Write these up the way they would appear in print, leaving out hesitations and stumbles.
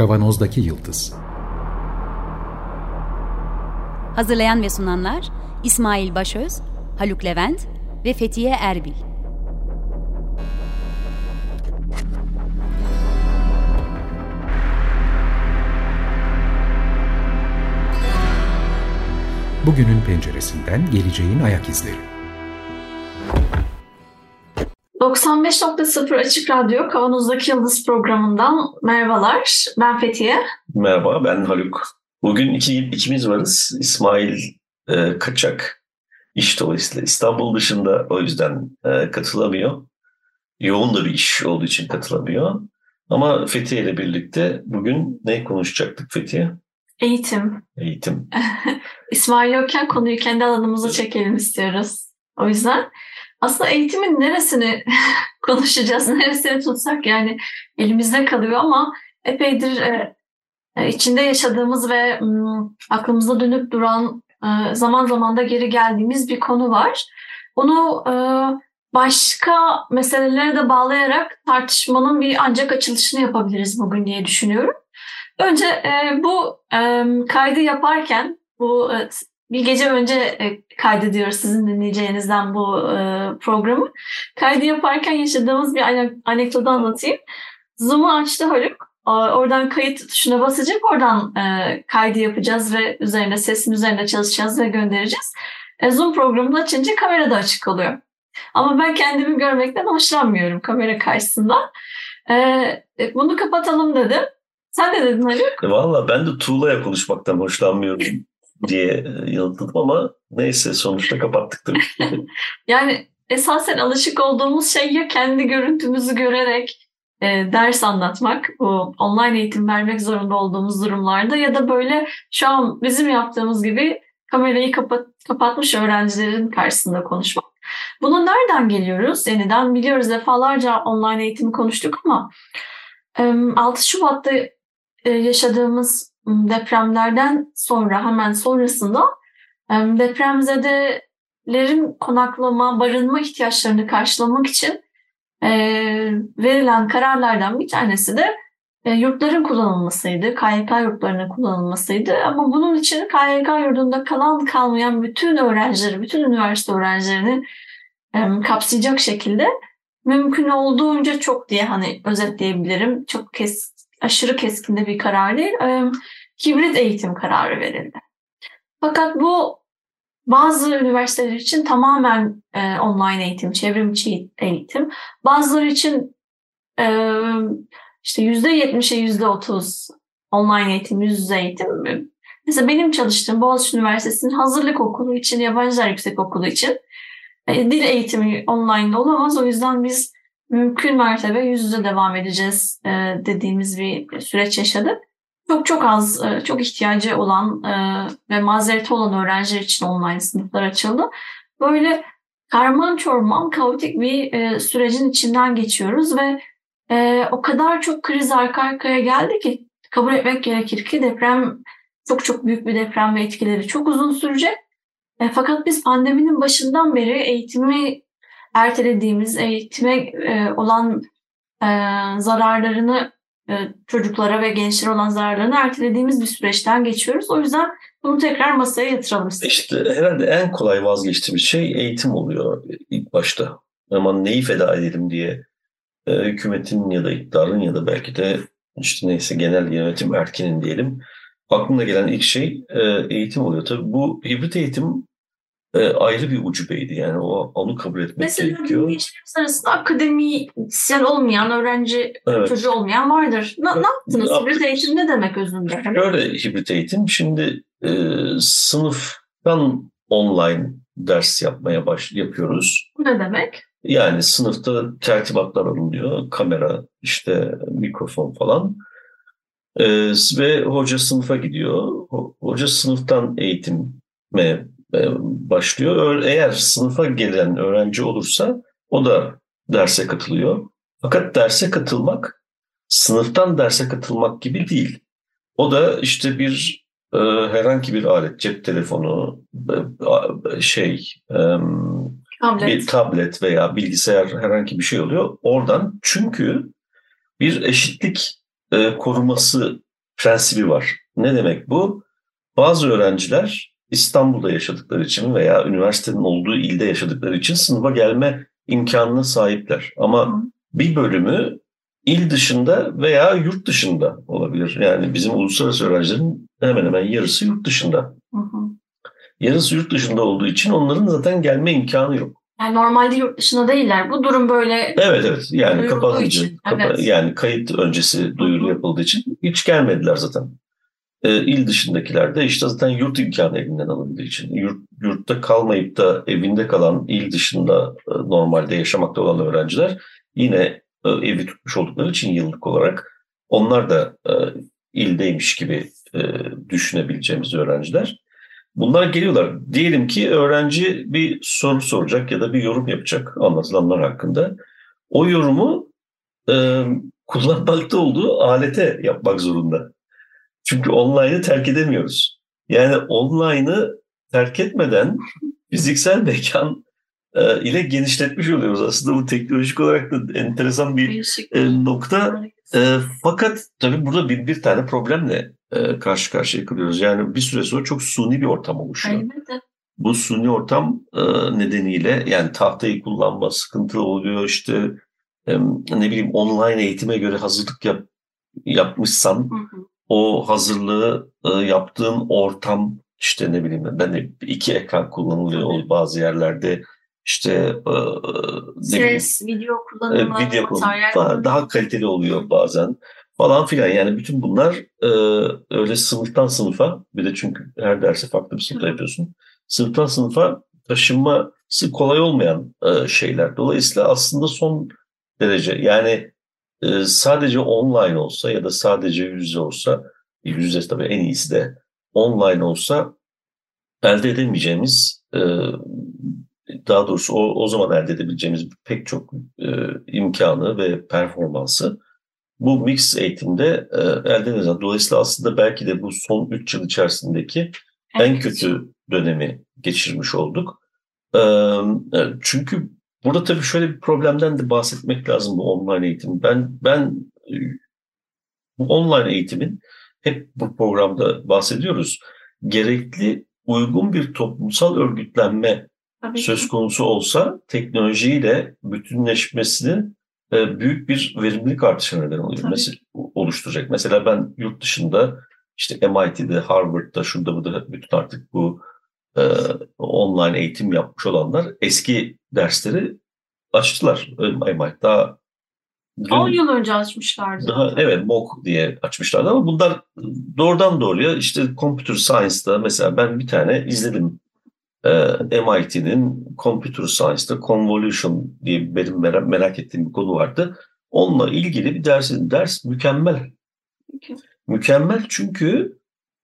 Kavanozdaki Yıldız. Hazırlayan ve sunanlar İsmail Başöz, Haluk Levent ve Fethiye Erbil. Bugünün penceresinden geleceğin ayak izleri. 95.0 Açık Radyo Kavanozdaki Yıldız programından merhabalar. Ben Fethiye. Merhaba, ben Haluk. Bugün ikimiz varız. İsmail kaçak. İş dolayısıyla İstanbul dışında, o yüzden katılamıyor. Yoğun da bir iş olduğu için katılamıyor. Ama Fethiye ile birlikte bugün ne konuşacaktık Fethiye? Eğitim. İsmail yokken konuyu kendi alanımıza çekelim istiyoruz. O yüzden aslında eğitimin neresini konuşacağız, neresini tutsak yani elimizde kalıyor ama epeydir içinde yaşadığımız ve aklımızda dönüp duran, zaman zaman da geri geldiğimiz bir konu var. Onu başka meselelere de bağlayarak tartışmanın bir ancak açılışını yapabiliriz bugün diye düşünüyorum. Önce bu kaydı yaparken, bir gece önce kaydediyoruz sizin dinleyeceğinizden bu programı. Kaydı yaparken yaşadığımız bir anekdotu anlatayım. Zoom'u açtı Haluk. Oradan kayıt tuşuna basacak. Oradan kaydı yapacağız ve sesin üzerinde çalışacağız ve göndereceğiz. Zoom programını açınca kamera da açık oluyor. Ama ben kendimi görmekten hoşlanmıyorum kamera karşısında. Bunu kapatalım dedim. Sen ne dedin Haluk? Valla ben de tuğlaya konuşmaktan hoşlanmıyorum diye yanıtladım ama neyse sonuçta kapattık tabii. Yani esasen alışık olduğumuz şey ya kendi görüntümüzü görerek ders anlatmak, bu online eğitim vermek zorunda olduğumuz durumlarda ya da böyle şu an bizim yaptığımız gibi kamerayı kapatmış öğrencilerin karşısında konuşmak. Buna nereden geliyoruz? Yeniden biliyoruz, defalarca online eğitimi konuştuk ama 6 Şubat'ta yaşadığımız depremlerden sonra, hemen sonrasında depremzedelerin konaklama, barınma ihtiyaçlarını karşılamak için verilen kararlardan bir tanesi de yurtların kullanılmasıydı, KYK yurtlarının kullanılmasıydı. Ama bunun için KYK yurdunda kalan kalmayan bütün öğrencileri, bütün üniversite öğrencilerini kapsayacak şekilde mümkün olduğunca çok diye özetleyebilirim. Çok aşırı keskin de bir karar değil. Hibrit eğitim kararı verildi. Fakat bu bazı üniversiteler için tamamen online eğitim, çevrimiçi eğitim. Bazıları için işte %70'e %30 online eğitim, yüz yüze eğitim. Mesela benim çalıştığım Boğaziçi Üniversitesi'nin hazırlık okulu için, yabancılar yüksekokulu için dil eğitimi online olamaz. O yüzden biz mümkün mertebe yüz yüze devam edeceğiz dediğimiz bir süreç yaşadık. Çok az, çok ihtiyacı olan ve mazereti olan öğrenciler için online sınıflar açıldı. Böyle karman çorman, kaotik bir sürecin içinden geçiyoruz ve o kadar çok kriz arka arkaya geldi ki kabul etmek gerekir ki deprem çok büyük bir deprem ve etkileri çok uzun sürecek. Fakat biz pandeminin başından beri eğitimi ertelediğimiz, eğitime olan zararlarını, çocuklara ve gençlere olan zararlarını ertelediğimiz bir süreçten geçiyoruz. O yüzden bunu tekrar masaya yatıralım. İşte herhalde en kolay vazgeçtiğimiz şey eğitim oluyor ilk başta. Ama neyi feda edelim diye hükümetin ya da iktidarın ya da belki de işte neyse genel yönetim erkenin diyelim. Aklına gelen ilk şey eğitim oluyor. Tabii bu hibrit eğitim ayrı bir ucubeydi. Yani onu kabul etmek gerekiyor. Mesela gençlerimiz arasında akademisyen olmayan, öğrenci çocuğu olmayan vardır. Ne yaptınız? Hibrit eğitim ne demek özünde? Öyle hibrit eğitim. Şimdi sınıftan online ders yapıyoruz. Bu ne demek? Yani sınıfta tertibatlar alınıyor. Kamera, işte mikrofon falan. Ve hoca sınıfa gidiyor. Hoca sınıftan eğitime başlıyor. Eğer sınıfa gelen öğrenci olursa o da derse katılıyor. Fakat derse katılmak sınıftan derse katılmak gibi değil. O da işte herhangi bir alet, cep telefonu, bir tablet veya bilgisayar, herhangi bir şey oluyor. Oradan, çünkü bir eşitlik koruması prensibi var. Ne demek bu? Bazı öğrenciler İstanbul'da yaşadıkları için veya üniversitenin olduğu ilde yaşadıkları için sınıfa gelme imkanına sahipler. Ama bir bölümü il dışında veya yurt dışında olabilir. Yani bizim uluslararası öğrencilerin hemen hemen yarısı yurt dışında. Yarısı yurt dışında olduğu için onların zaten gelme imkanı yok. Yani normalde yurt dışında değiller. Bu durum böyle Evet. Yani kapatınca, evet. yani kayıt öncesi duyuru yapıldığı için hiç gelmediler zaten. İl dışındakiler de işte zaten yurt imkanı elinden alındığı için. Yurtta kalmayıp da evinde kalan il dışında normalde yaşamakta olan öğrenciler yine evi tutmuş oldukları için yıllık olarak onlar da ildeymiş gibi düşünebileceğimiz öğrenciler. Bunlar geliyorlar. Diyelim ki öğrenci bir soru soracak ya da bir yorum yapacak anlatılanlar hakkında. O yorumu kullanmakta olduğu alete yapmak zorunda. Çünkü online'ı terk edemiyoruz. Yani online'ı terk etmeden fiziksel mekan ile genişletmiş oluyoruz. Aslında bu teknolojik olarak da enteresan bir nokta. Fakat tabii burada bir tane problemle karşı karşıya kalıyoruz. Yani bir süre sonra çok suni bir ortam oluşuyor. Elbette. Bu suni ortam nedeniyle yani tahtayı kullanma sıkıntılı oluyor. İşte ne bileyim online eğitime göre hazırlık yapmışsan o hazırlığı yaptığın ortam işte ne bileyim ben de 2 ekran kullanılıyor bazı yerlerde. İşte ses, video kullanımı, materyal daha kaliteli oluyor bazen falan filan. Yani bütün bunlar öyle sınıftan sınıfa bir de çünkü her dersi farklı bir sınıfta yapıyorsun. Sınıftan sınıfa taşınması kolay olmayan şeyler. Dolayısıyla aslında son derece yani sadece online olsa ya da sadece yüz yüze olsa, yüz yüze tabii en iyisi de online olsa elde edemeyeceğimiz daha doğrusu o zaman elde edebileceğimiz pek çok imkanı ve performansı bu mix eğitimde elde ederiz. Dolayısıyla aslında belki de bu son 3 yıl içerisindeki en kötü dönemi geçirmiş olduk. Çünkü burada tabii şöyle bir problemden de bahsetmek lazım bu online eğitim. Ben bu online eğitimin hep bu programda bahsediyoruz. Gerekli uygun bir toplumsal örgütlenme söz konusu olsa teknolojiyle bütünleşmesinin büyük bir verimlilik artışına neden oluşturacak. Mesela ben yurt dışında işte MIT'de, Harvard'da, şurada burada bütün artık bu online eğitim yapmış olanlar eski dersleri açtılar. MIT daha 10 yıl önce açmışlardı. Evet, MOOC diye açmışlardı ama bunlar doğrudan doğruya işte Computer Science'da mesela ben bir tane izledim. MIT'nin Computer Science'da Convolution diye benim merak ettiğim bir konu vardı. Onunla ilgili bir ders mükemmel. Mükemmel çünkü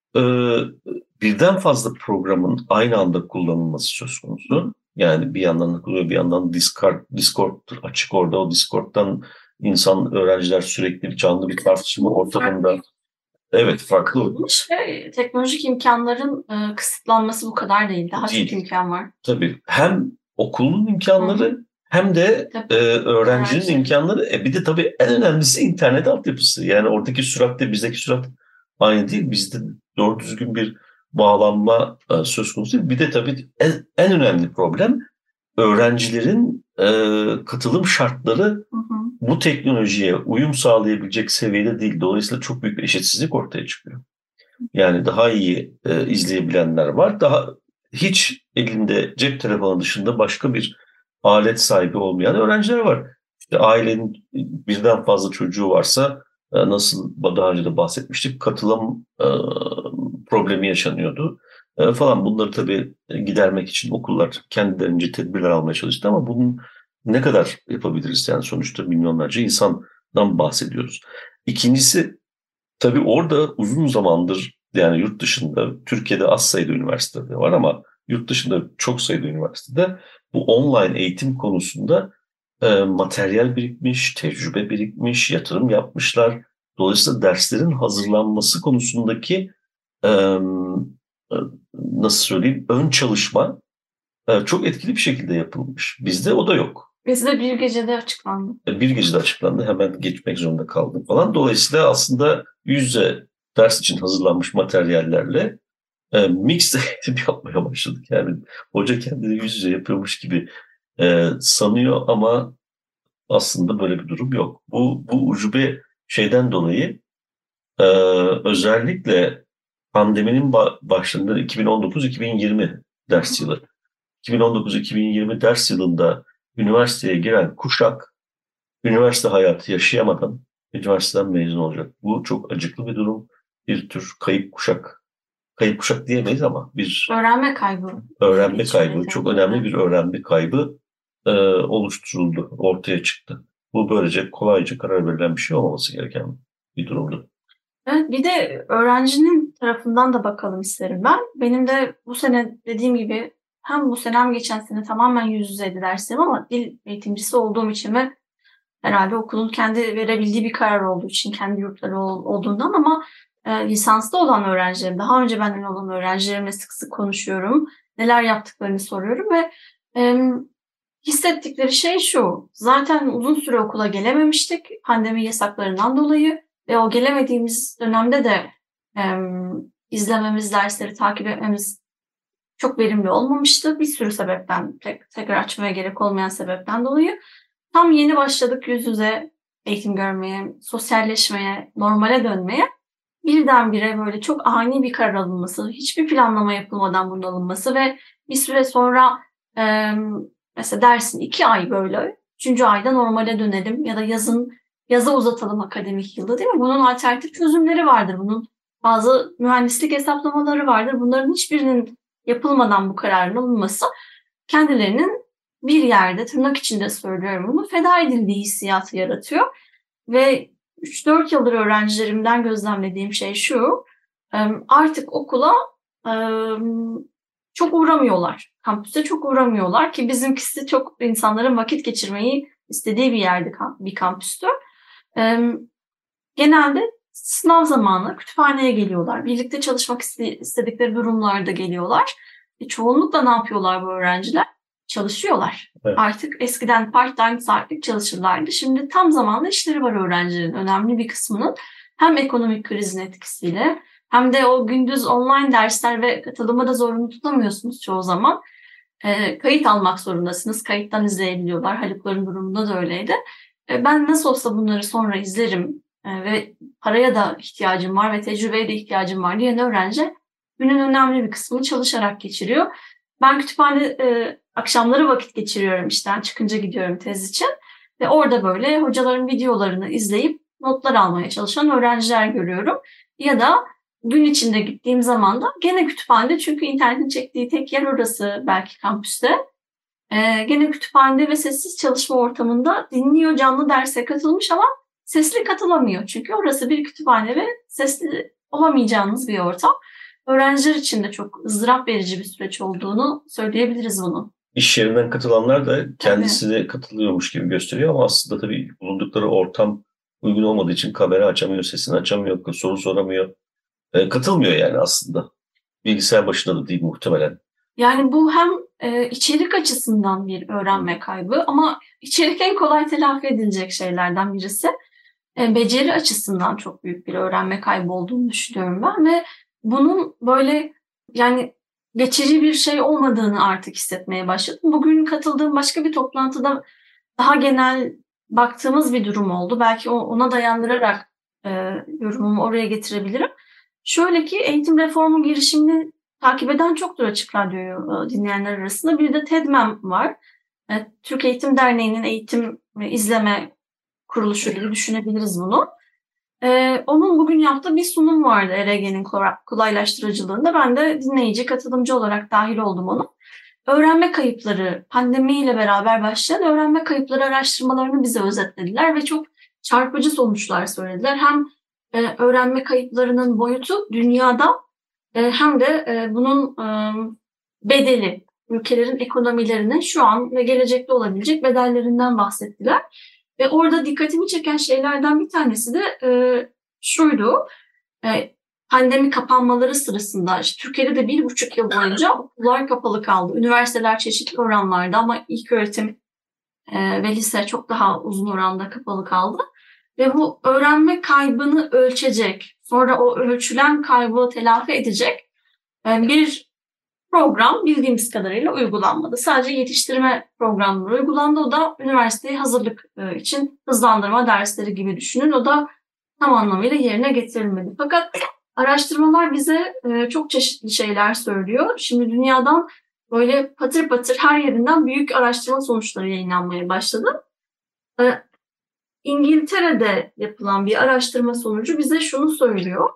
birden fazla programın aynı anda kullanılması söz konusu. Yani bir yandan kullanıyor, bir yandan Discord açık orada. O Discord'dan öğrenciler sürekli canlı bir tartışma ortamında. Evet, farklı olmuş ve teknolojik imkanların kısıtlanması bu kadar değil. Daha çok imkan var. Tabii. Hem okulun imkanları hem de öğrencinin imkanları. Bir de tabii en önemlisi internet altyapısı. Yani oradaki süratle bizdeki sürat aynı değil. Bizde doğru düzgün bir bağlanma söz konusu değil. Bir de tabii en önemli problem öğrencilerin katılım şartları bu teknolojiye uyum sağlayabilecek seviyede değil. Dolayısıyla çok büyük bir eşitsizlik ortaya çıkıyor. Yani daha iyi izleyebilenler var. Hiç elinde cep telefonu dışında başka bir alet sahibi olmayan öğrenciler var. İşte ailenin birden fazla çocuğu varsa nasıl daha önce de bahsetmiştik katılım problemi yaşanıyordu falan. Bunları tabii gidermek için okullar kendilerince tedbirler almaya çalıştı ama bunun ne kadar yapabiliriz? Yani sonuçta milyonlarca insandan bahsediyoruz. İkincisi tabii orada uzun zamandır yani yurt dışında Türkiye'de az sayıda üniversitede var ama yurt dışında çok sayıda üniversitede bu online eğitim konusunda materyal birikmiş, tecrübe birikmiş, yatırım yapmışlar. Dolayısıyla derslerin hazırlanması konusundaki nasıl söyleyeyim ön çalışma çok etkili bir şekilde yapılmış. Bizde o da yok. Bizde bir gecede açıklandı. Bir gecede açıklandı. Hemen geçmek zorunda kaldım falan. Dolayısıyla aslında yüz yüze ders için hazırlanmış materyallerle mixed eğitim yapmaya başladık. Yani hoca kendini yüz yüze yapıyormuş gibi sanıyor ama aslında böyle bir durum yok. Bu ucube şeyden dolayı özellikle pandeminin başlarında 2019-2020 ders yılı. 2019-2020 ders yılında üniversiteye giren kuşak üniversite hayatı yaşayamadan üniversiteden mezun olacak. Bu çok acıklı bir durum. Bir tür kayıp kuşak. Kayıp kuşak diyemeyiz ama bir öğrenme kaybı. Öğrenme kaybı, çok önemli bir öğrenme kaybı oluşturuldu, ortaya çıktı. Bu böylece kolayca karar verilen bir şey olmaması gereken bir durumdu. Evet, bir de öğrencinin tarafından da bakalım isterim ben. Benim de bu sene dediğim gibi hem bu sene hem geçen sene tamamen yüz yüzeydi derslerim ama dil eğitimcisi olduğum için ve herhalde okulun kendi verebildiği bir karar olduğu için, kendi yurtları olduğundan ama lisanslı olan öğrencilerim, daha önce benden olan öğrencilerimle sık sık konuşuyorum. Neler yaptıklarını soruyorum ve hissettikleri şey şu. Zaten uzun süre okula gelememiştik pandemi yasaklarından dolayı ve o gelemediğimiz dönemde de izlememiz, dersleri takip etmemiz çok verimli olmamıştı. Bir sürü sebepten, tekrar açmaya gerek olmayan sebepten dolayı. Tam yeni başladık yüz yüze eğitim görmeye, sosyalleşmeye, normale dönmeye. Birdenbire böyle çok ani bir karar alınması, hiçbir planlama yapılmadan bunun alınması ve bir süre sonra mesela dersin 2 ay böyle, 3. ayda normale dönelim ya da yaza uzatalım akademik yılda, değil mi? Bunun alternatif çözümleri vardır. Bunun bazı mühendislik hesaplamaları vardır. Bunların hiçbirinin yapılmadan bu kararın alınması kendilerinin bir yerde, tırnak içinde söylüyorum bunu, feda edildiği hissiyatı yaratıyor. Ve 3-4 yıldır öğrencilerimden gözlemlediğim şey şu, artık okula çok uğramıyorlar. Kampüse çok uğramıyorlar ki bizimkisi çok insanların vakit geçirmeyi istediği bir yerde, bir kampüstü. Genelde sınav zamanı kütüphaneye geliyorlar. Birlikte çalışmak istedikleri durumlarda geliyorlar. Çoğunlukla ne yapıyorlar bu öğrenciler? Çalışıyorlar. Evet. Artık eskiden part-time saatlik çalışırlardı. Şimdi tam zamanlı işleri var öğrencilerin. Önemli bir kısmının hem ekonomik krizin etkisiyle hem de o gündüz online dersler ve katılıma da zorunlu tutamıyorsunuz çoğu zaman. Kayıt almak zorundasınız. Kayıttan izleyebiliyorlar. Halukların durumunda da öyleydi. Ben nasıl olsa bunları sonra izlerim ve paraya da ihtiyacım var ve tecrübeye de ihtiyacım var diyen öğrenci günün önemli bir kısmını çalışarak geçiriyor. Ben kütüphanede akşamları vakit geçiriyorum, işten çıkınca gidiyorum tez için ve orada böyle hocaların videolarını izleyip notlar almaya çalışan öğrenciler görüyorum. Ya da gün içinde gittiğim zaman da gene kütüphanede, çünkü internetin çektiği tek yer orası belki kampüste. Gene kütüphanede ve sessiz çalışma ortamında dinliyor, canlı derse katılmış ama sesli katılamıyor. Çünkü orası bir kütüphane ve sesli olamayacağınız bir ortam. Öğrenciler için de çok ızdırap verici bir süreç olduğunu söyleyebiliriz bunu. İş yerinden katılanlar da kendisine katılıyormuş gibi gösteriyor ama aslında tabii bulundukları ortam uygun olmadığı için kamera açamıyor, sesini açamıyor, soru soramıyor. Katılmıyor yani aslında. Bilgisayar başında da değil muhtemelen. Yani bu hem içerik açısından bir öğrenme kaybı ama içerik en kolay telafi edilecek şeylerden birisi. Beceri açısından çok büyük bir öğrenme kaybı olduğunu düşünüyorum ben ve bunun böyle yani geçici bir şey olmadığını artık hissetmeye başladım. Bugün katıldığım başka bir toplantıda daha genel baktığımız bir durum oldu. Belki ona dayandırarak yorumumu oraya getirebilirim. Şöyle ki eğitim reformu girişimini takip eden çoktur Açık Radyo'yu dinleyenler arasında. Bir de TEDMEM var. Türk Eğitim Derneği'nin eğitim izleme kuruluşu gibi düşünebiliriz bunu. Onun bugün yaptığı bir sunum vardı ERG'nin kolaylaştırıcılığında. Ben de dinleyici, katılımcı olarak dahil oldum ona. Öğrenme kayıpları, pandemiyle beraber başlayan öğrenme kayıpları araştırmalarını bize özetlediler ve çok çarpıcı sonuçlar söylediler. Hem öğrenme kayıplarının boyutu dünyada hem de bunun bedeli, ülkelerin ekonomilerinin şu an ve gelecekte olabilecek bedellerinden bahsettiler. Ve orada dikkatimi çeken şeylerden bir tanesi de şuydu. Pandemi kapanmaları sırasında işte Türkiye'de de 1,5 yıl boyunca okullar kapalı kaldı. Üniversiteler çeşitli oranlarda ama ilköğretim ve lise çok daha uzun oranda kapalı kaldı. Ve bu öğrenme kaybını ölçecek, sonra o ölçülen kaybı telafi edecek bir program bildiğimiz kadarıyla uygulanmadı. Sadece yetiştirme programları uygulandı. O da üniversiteye hazırlık için hızlandırma dersleri gibi düşünün. O da tam anlamıyla yerine getirilmedi. Fakat araştırmalar bize çok çeşitli şeyler söylüyor. Şimdi dünyadan böyle patır patır her yerinden büyük araştırma sonuçları yayınlanmaya başladı. İngiltere'de yapılan bir araştırma sonucu bize şunu söylüyor.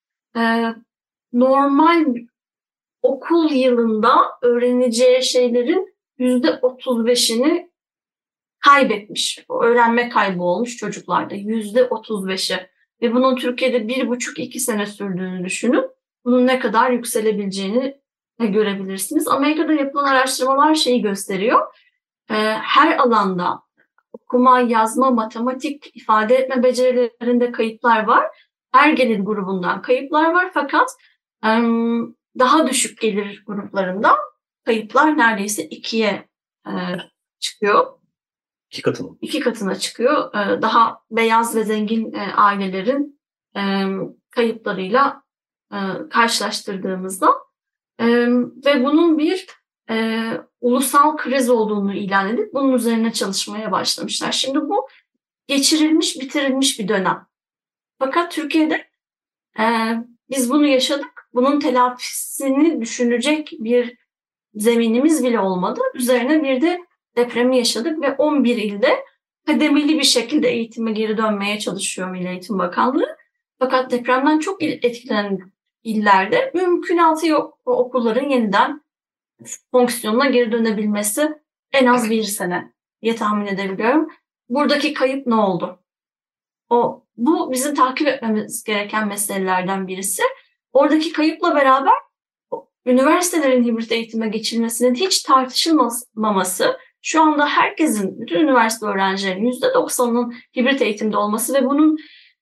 Normal okul yılında öğreneceği şeylerin %35'ini kaybetmiş. O öğrenme kaybı olmuş çocuklarda %35'i. Ve bunun Türkiye'de 1,5-2 sene sürdüğünü düşünün. Bunun ne kadar yükselebileceğini görebilirsiniz. Amerika'da yapılan araştırmalar şeyi gösteriyor. Her alanda okuma, yazma, matematik, ifade etme becerilerinde kayıplar var. Her gelir grubundan kayıplar var. Fakat daha düşük gelir gruplarında kayıplar neredeyse 2'ye çıkıyor. 2 katına. 2 katına çıkıyor. Daha beyaz ve zengin ailelerin kayıplarıyla karşılaştırdığımızda ve bunun bir ulusal kriz olduğunu ilan edip bunun üzerine çalışmaya başlamışlar. Şimdi bu geçirilmiş, bitirilmiş bir dönem. Fakat Türkiye'de biz bunu yaşadık. Bunun telafisini düşünecek bir zeminimiz bile olmadı. Üzerine bir de depremi yaşadık ve 11 ilde kademeli bir şekilde eğitime geri dönmeye çalışıyor Milli Eğitim Bakanlığı. Fakat depremden çok etkilenen illerde mümkünatı yok o okulların yeniden fonksiyonuna geri dönebilmesi en az 1 sene diye tahmin edebiliyorum. Buradaki kayıp ne oldu? Bu bizim takip etmemiz gereken meselelerden birisi. Oradaki kayıpla beraber üniversitelerin hibrit eğitime geçilmesinin hiç tartışılmaması, şu anda herkesin, bütün üniversite öğrencilerinin %90'ının hibrit eğitimde olması ve bunun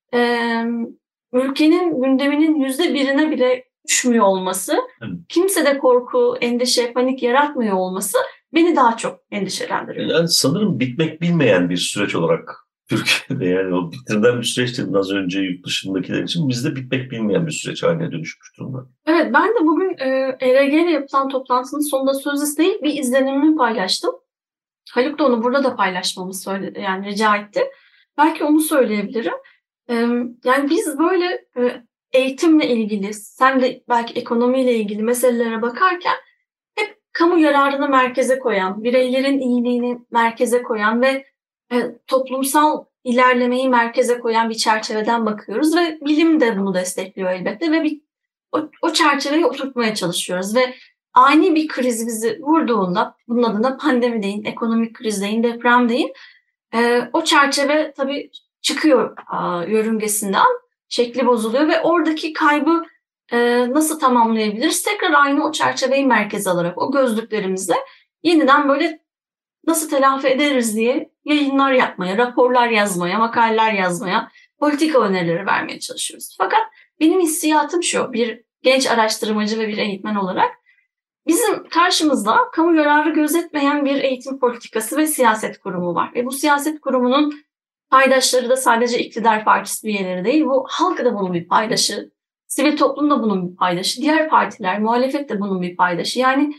ülkenin gündeminin %1'ine bile düşmüyor olması, kimsede korku, endişe, panik yaratmıyor olması beni daha çok endişelendiriyor. Yani sanırım bitmek bilmeyen bir süreç olarak Türkiye'de, yani o bitirilen bir süreç dedin az önce yurt dışındakiler için, bizde bitmek bilmeyen bir süreç haline dönüşmüş durumda. Evet, ben de bugün ERG ile yapılan toplantının sonunda söz değil bir izlenimimi paylaştım. Haluk da onu burada da paylaşmamı söyledi, yani rica etti. Belki onu söyleyebilirim. Yani biz böyle eğitimle ilgili, sen de belki ekonomiyle ilgili meselelere bakarken hep kamu yararını merkeze koyan, bireylerin iyiliğini merkeze koyan ve toplumsal ilerlemeyi merkeze koyan bir çerçeveden bakıyoruz ve bilim de bunu destekliyor elbette ve o çerçeveyi oturtmaya çalışıyoruz ve ani bir kriz bizi vurduğunda, bunun adına pandemi deyin, ekonomik kriz deyin, deprem deyin, o çerçeve tabii çıkıyor yörüngesinden, şekli bozuluyor ve oradaki kaybı nasıl tamamlayabiliriz? Tekrar aynı o çerçeveyi merkeze alarak, o gözlüklerimizle yeniden böyle nasıl telafi ederiz diye yayınlar yapmaya, raporlar yazmaya, makaleler yazmaya, politika önerileri vermeye çalışıyoruz. Fakat benim hissiyatım şu, bir genç araştırmacı ve bir eğitmen olarak, bizim karşımızda kamu yararı gözetmeyen bir eğitim politikası ve siyaset kurumu var. Ve bu siyaset kurumunun paydaşları da sadece iktidar partisi üyeleri değil, bu halk da bunun bir paydaşı, sivil toplum da bunun bir paydaşı, diğer partiler, muhalefet de bunun bir paydaşı. Yani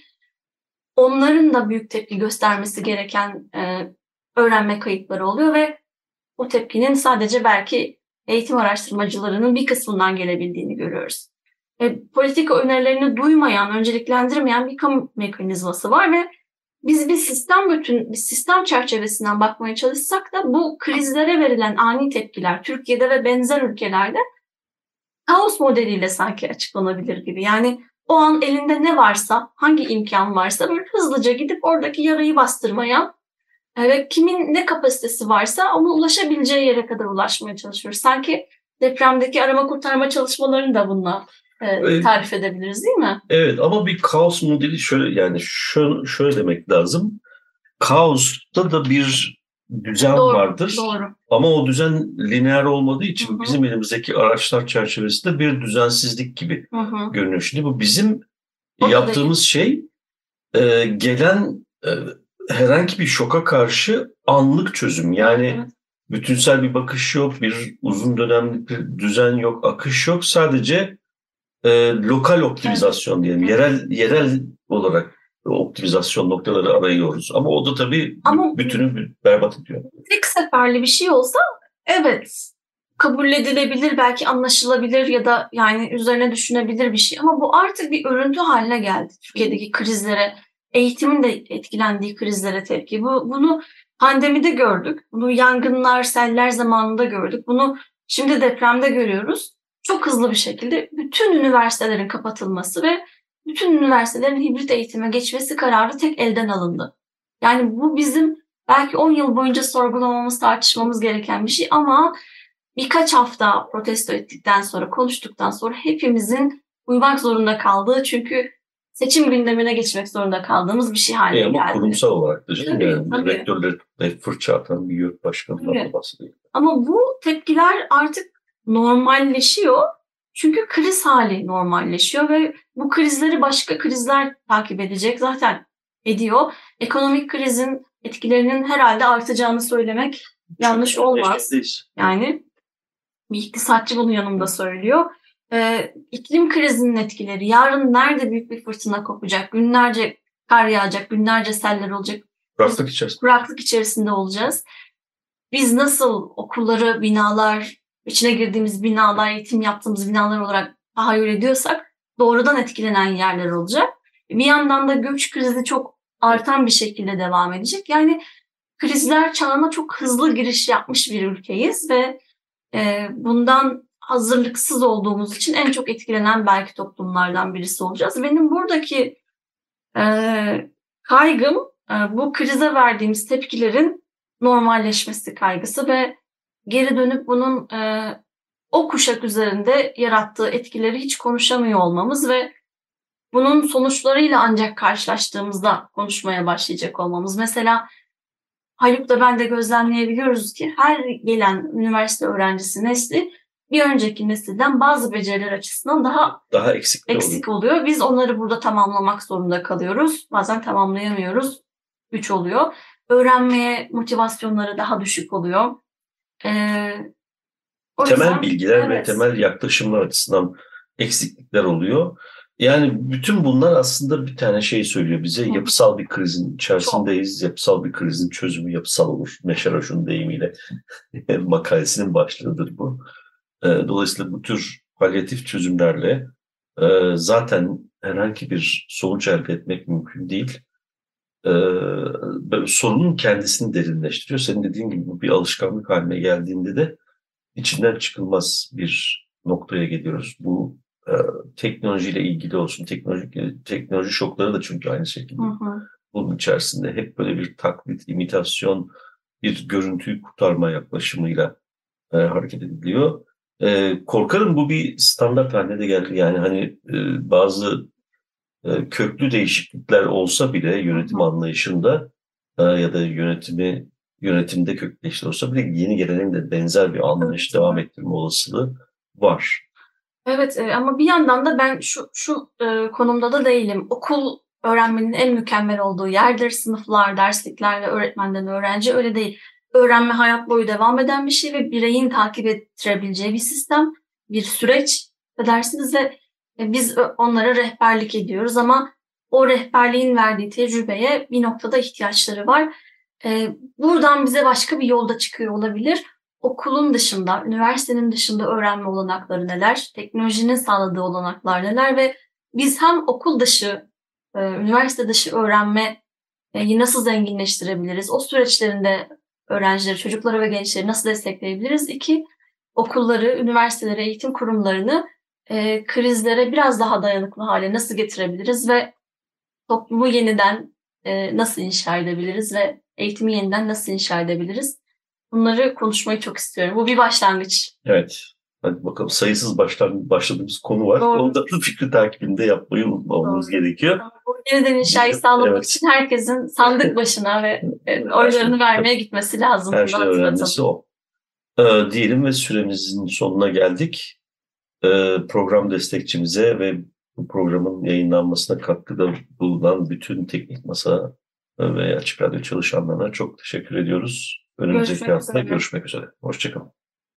onların da büyük tepki göstermesi gereken öğrenme kayıpları oluyor ve o tepkinin sadece belki eğitim araştırmacılarının bir kısmından gelebildiğini görüyoruz. Politika önerilerini duymayan, önceliklendirmeyen bir kamu mekanizması var ve biz bir sistem çerçevesinden bakmaya çalışsak da bu krizlere verilen ani tepkiler Türkiye'de ve benzer ülkelerde kaos modeliyle sanki açıklanabilir gibi. Yani o an elinde ne varsa, hangi imkan varsa böyle hızlıca gidip oradaki yarayı bastırmaya ve kimin ne kapasitesi varsa ona ulaşabileceği yere kadar ulaşmaya çalışıyoruz. Sanki depremdeki arama kurtarma çalışmalarını da bununla tarif edebiliriz değil mi? Evet, ama bir kaos modeli şöyle demek lazım. Kaosta da bir düzen vardır. Doğru. Ama o düzen lineer olmadığı için bizim elimizdeki araçlar çerçevesinde bir düzensizlik gibi görünüyor. Şimdi bu bizim yaptığımız şey gelen herhangi bir şoka karşı anlık çözüm. Yani bütünsel bir bakış yok, bir uzun dönemlik bir düzen yok, akış yok. Sadece lokal optimizasyon diyelim. Yerel olarak optimizasyon noktaları arıyoruz. Ama o da tabii bütünü berbat ediyor. Tek seferli bir şey olsa evet kabul edilebilir, belki anlaşılabilir ya da yani üzerine düşünebilir bir şey. Ama bu artık bir örüntü haline geldi. Türkiye'deki krizlere, eğitimin de etkilendiği krizlere tepki. Bunu pandemide gördük. Bunu yangınlar, seller zamanında gördük. Bunu şimdi depremde görüyoruz. Çok hızlı bir şekilde bütün üniversitelerin kapatılması ve bütün üniversitelerin hibrit eğitime geçmesi kararı tek elden alındı. Yani bu bizim belki 10 yıl boyunca sorgulamamız, tartışmamız gereken bir şey ama birkaç hafta protesto ettikten sonra, konuştuktan sonra hepimizin uymak zorunda kaldığı, çünkü seçim gündemine geçmek zorunda kaldığımız bir şey haline geldi. Ama kurumsal olarak da Tabii. Rektörleri fırça atan bir yurt başkanından bahsediyor. Ama bu tepkiler artık normalleşiyor. Çünkü kriz hali normalleşiyor ve bu krizleri başka krizler takip edecek. Zaten ediyor. Ekonomik krizin etkilerinin herhalde artacağını söylemek yanlış olmaz. Yani bir iktisatçı bunu yanımda söylüyor. İklim krizinin etkileri. Yarın nerede büyük bir fırtına kopacak? Günlerce kar yağacak, günlerce seller olacak. Kuraklık içerisinde olacağız. Biz nasıl okulları, binalar, içine girdiğimiz binalar, eğitim yaptığımız binalar olarak tahayyül ediyorsak doğrudan etkilenen yerler olacak. Bir yandan da göç krizi çok artan bir şekilde devam edecek. Yani krizler çağına çok hızlı giriş yapmış bir ülkeyiz ve bundan hazırlıksız olduğumuz için en çok etkilenen belki toplumlardan birisi olacağız. Benim buradaki kaygım bu krize verdiğimiz tepkilerin normalleşmesi kaygısı ve geri dönüp bunun o kuşak üzerinde yarattığı etkileri hiç konuşamıyor olmamız ve bunun sonuçlarıyla ancak karşılaştığımızda konuşmaya başlayacak olmamız. Mesela Haluk'ta ben de gözlemleyebiliyoruz ki her gelen üniversite öğrencisi nesli bir önceki nesilden bazı beceriler açısından daha eksik oluyor. Biz onları burada tamamlamak zorunda kalıyoruz. Bazen tamamlayamıyoruz. Güç oluyor. Öğrenmeye motivasyonları daha düşük oluyor. Temel bilgiler ve temel yaklaşımlar açısından eksiklikler oluyor. Yani bütün bunlar aslında bir tane şey söylüyor bize. Yapısal bir krizin içerisindeyiz. Yapısal bir krizin çözümü yapısal olur. Neşer Hoş'un deyimiyle makalesinin başlığıdır bu. Dolayısıyla bu tür palyatif çözümlerle zaten herhangi bir sonuç elde etmek mümkün değil. Sorunun kendisini derinleştiriyor. Senin dediğin gibi bu bir alışkanlık haline geldiğinde de içinden çıkılmaz bir noktaya geliyoruz. Bu teknolojiyle ilgili olsun. Teknoloji şokları da çünkü aynı şekilde. Bunun içerisinde hep böyle bir taklit, imitasyon, bir görüntüyü kurtarma yaklaşımıyla hareket ediliyor. Korkarım bu bir standart haline de geldi. Yani hani bazı köklü değişiklikler olsa bile yönetim anlayışında ya da yönetimde köklü değişiklikler olsa bile yeni gelenin de benzer bir anlayış devam ettirme olasılığı var. Evet ama bir yandan da ben şu konumda da değilim. Okul öğrenmenin en mükemmel olduğu yerdir. Sınıflar, derslikler ve öğretmenden öğrenci öyle değil. Öğrenme hayat boyu devam eden bir şey ve bireyin takip ettirebileceği bir sistem, bir süreç dersiniz ve biz onlara rehberlik ediyoruz ama o rehberliğin verdiği tecrübeye bir noktada ihtiyaçları var. Buradan bize başka bir yolda çıkıyor olabilir. Okulun dışında, üniversitenin dışında öğrenme olanakları neler, teknolojinin sağladığı olanaklar neler ve biz hem okul dışı, üniversite dışı öğrenmeyi nasıl zenginleştirebiliriz, o süreçlerinde öğrencileri, çocukları ve gençleri nasıl destekleyebiliriz? İki, okulları, üniversiteleri, eğitim kurumlarını krizlere biraz daha dayanıklı hale nasıl getirebiliriz ve toplumu yeniden nasıl inşa edebiliriz ve eğitimi yeniden nasıl inşa edebiliriz? Bunları konuşmayı çok istiyorum. Bu bir başlangıç. Evet. Hadi bakalım, sayısız başladığımız konu var. Onda da fikri takibinde yapmayı unutmamamız gerekiyor. Bu yeniden inşayı sağlamak için herkesin sandık başına ve oylarını vermeye gitmesi lazım. Her şeyden önemlisi o. Diyelim ve süremizin sonuna geldik. Program destekçimize ve bu programın yayınlanmasına katkıda bulunan bütün teknik masa ve Açık Radyo çalışanlarına çok teşekkür ediyoruz. Önümüzdeki Görüşmek hafta üzere. görüşmek üzere. Hoşçakalın.